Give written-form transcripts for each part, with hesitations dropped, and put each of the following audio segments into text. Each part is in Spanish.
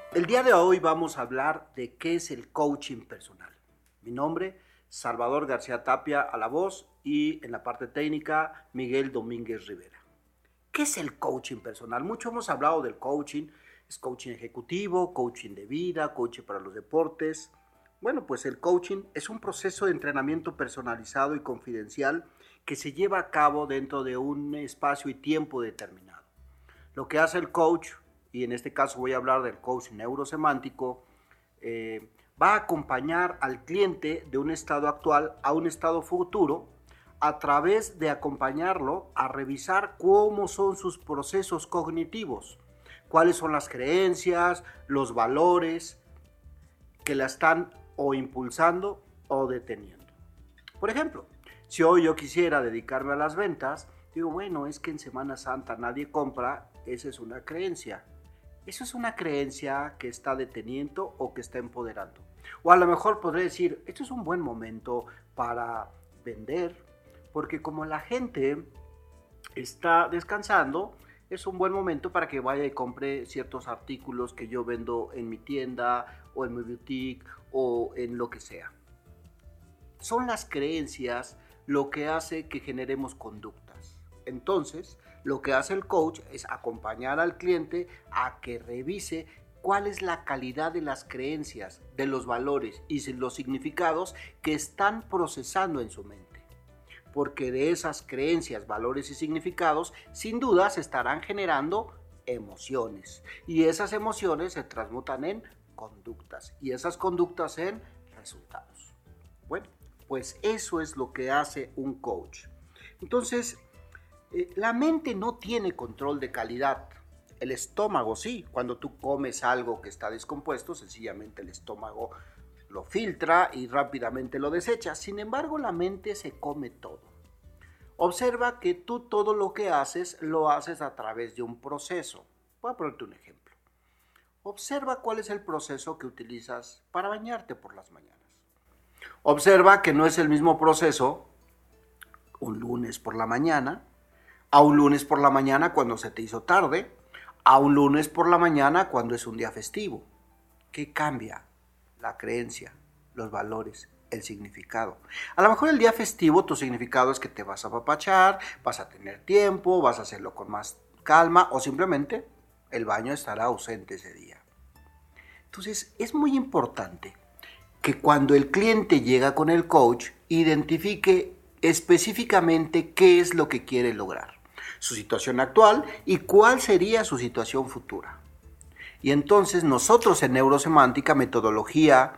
El día de hoy vamos a hablar de qué es el coaching personal. Mi nombre, Salvador García Tapia a la voz y en la parte técnica, Miguel Domínguez Rivera. ¿Qué es el coaching personal? Mucho hemos hablado del coaching, es coaching ejecutivo, coaching de vida, coaching para los deportes. Bueno, pues el coaching es un proceso de entrenamiento personalizado y confidencial que se lleva a cabo dentro de un espacio y tiempo determinado. Lo que hace el coach, y en este caso voy a hablar del coach neurosemántico, va a acompañar al cliente de un estado actual a un estado futuro a través de acompañarlo a revisar cómo son sus procesos cognitivos, cuáles son las creencias, los valores que la están o impulsando o deteniendo. Por ejemplo, si hoy yo quisiera dedicarme a las ventas, digo, bueno, es que en Semana Santa nadie compra, esa es una creencia. Eso es una creencia que está deteniendo o que está empoderando. O a lo mejor podré decir, esto es un buen momento para vender, porque como la gente está descansando, es un buen momento para que vaya y compre ciertos artículos que yo vendo en mi tienda o en mi boutique o en lo que sea. Son las creencias lo que hace que generemos conductas. Entonces, lo que hace el coach es acompañar al cliente a que revise cuál es la calidad de las creencias, de los valores y los significados que están procesando en su mente. Porque de esas creencias, valores y significados, sin duda se estarán generando emociones. Y esas emociones se transmutan en conductas. Y esas conductas en resultados. Bueno, pues eso es lo que hace un coach. Entonces, la mente no tiene control de calidad. El estómago sí, cuando tú comes algo que está descompuesto, sencillamente el estómago lo filtra y rápidamente lo desecha. Sin embargo, la mente se come todo. Observa que tú todo lo que haces lo haces a través de un proceso. Voy a ponerte un ejemplo. Observa cuál es el proceso que utilizas para bañarte por las mañanas. Observa que no es el mismo proceso un lunes por la mañana, a un lunes por la mañana cuando se te hizo tarde, a un lunes por la mañana cuando es un día festivo. ¿Qué cambia? La creencia, los valores, el significado. A lo mejor el día festivo tu significado es que te vas a apapachar, vas a tener tiempo, vas a hacerlo con más calma o simplemente el baño estará ausente ese día. Entonces es muy importante que cuando el cliente llega con el coach, identifique específicamente qué es lo que quiere lograr, su situación actual y cuál sería su situación futura. Y entonces nosotros en neurosemántica, metodología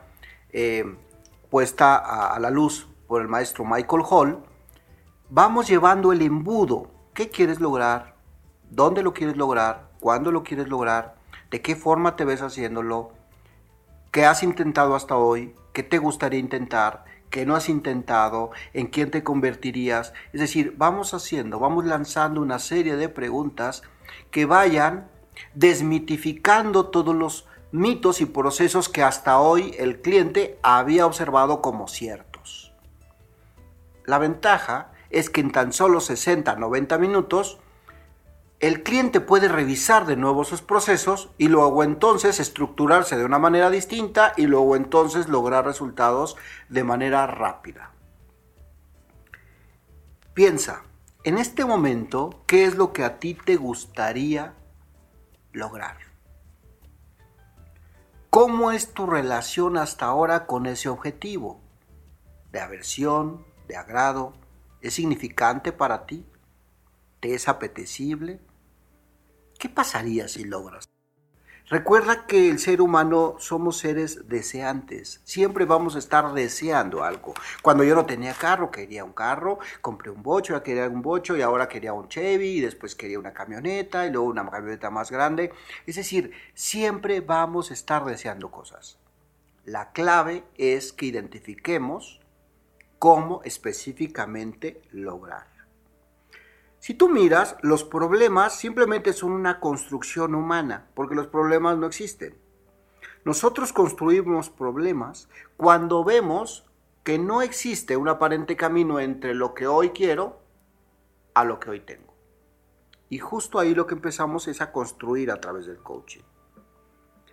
puesta a la luz por el maestro Michael Hall, vamos llevando el embudo. ¿Qué quieres lograr? ¿Dónde lo quieres lograr? ¿Cuándo lo quieres lograr? ¿De qué forma te ves haciéndolo? ¿Qué has intentado hasta hoy? ¿Qué te gustaría intentar? ¿Qué no has intentado? ¿En quién te convertirías? Es decir, vamos lanzando una serie de preguntas que vayan desmitificando todos los mitos y procesos que hasta hoy el cliente había observado como ciertos. La ventaja es que en tan solo 60-90 minutos el cliente puede revisar de nuevo sus procesos y luego entonces estructurarse de una manera distinta y luego entonces lograr resultados de manera rápida. Piensa, en este momento, ¿qué es lo que a ti te gustaría lograr? ¿Cómo es tu relación hasta ahora con ese objetivo? ¿De aversión? ¿De agrado? ¿Es significante para ti? ¿Te es apetecible? ¿Qué pasaría si logras? Recuerda que el ser humano somos seres deseantes. Siempre vamos a estar deseando algo. Cuando yo no tenía carro, quería un carro. Compré un bocho, ya quería un bocho y ahora quería un Chevy y después quería una camioneta y luego una camioneta más grande. Es decir, siempre vamos a estar deseando cosas. La clave es que identifiquemos cómo específicamente lograr. Si tú miras, los problemas simplemente son una construcción humana, porque los problemas no existen. Nosotros construimos problemas cuando vemos que no existe un aparente camino entre lo que hoy quiero a lo que hoy tengo. Y justo ahí lo que empezamos es a construir a través del coaching.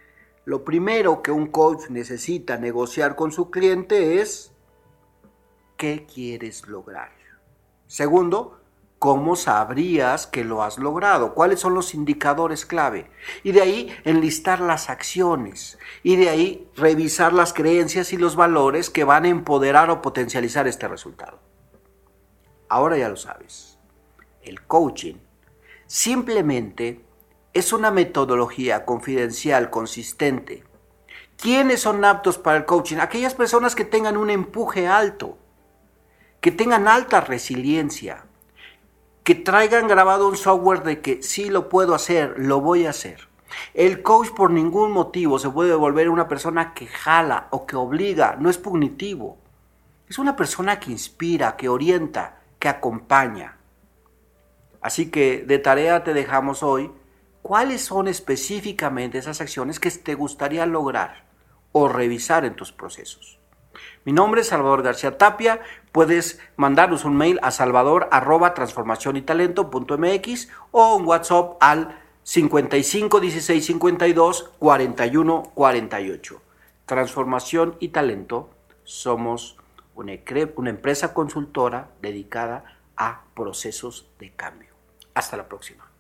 lo primero que un coach necesita negociar con su cliente es ¿qué quieres lograr? Segundo, ¿cómo sabrías que lo has logrado? ¿Cuáles son los indicadores clave? Y de ahí enlistar las acciones. Y de ahí revisar las creencias y los valores que van a empoderar o potencializar este resultado. Ahora ya lo sabes. El coaching simplemente es una metodología confidencial, consistente. ¿Quiénes son aptos para el coaching? Aquellas personas que tengan un empuje alto, que tengan alta resiliencia, que traigan grabado un software de que sí lo puedo hacer, lo voy a hacer. El coach por ningún motivo se puede volver una persona que jala o que obliga, no es punitivo. Es una persona que inspira, que orienta, que acompaña. Así que de tarea te dejamos hoy cuáles son específicamente esas acciones que te gustaría lograr o revisar en tus procesos. Mi nombre es Salvador García Tapia. Puedes mandarnos un mail a salvador@transformacionytalento.mx o un WhatsApp al 55 16 52 41 48. Transformación y Talento somos una empresa consultora dedicada a procesos de cambio. Hasta la próxima.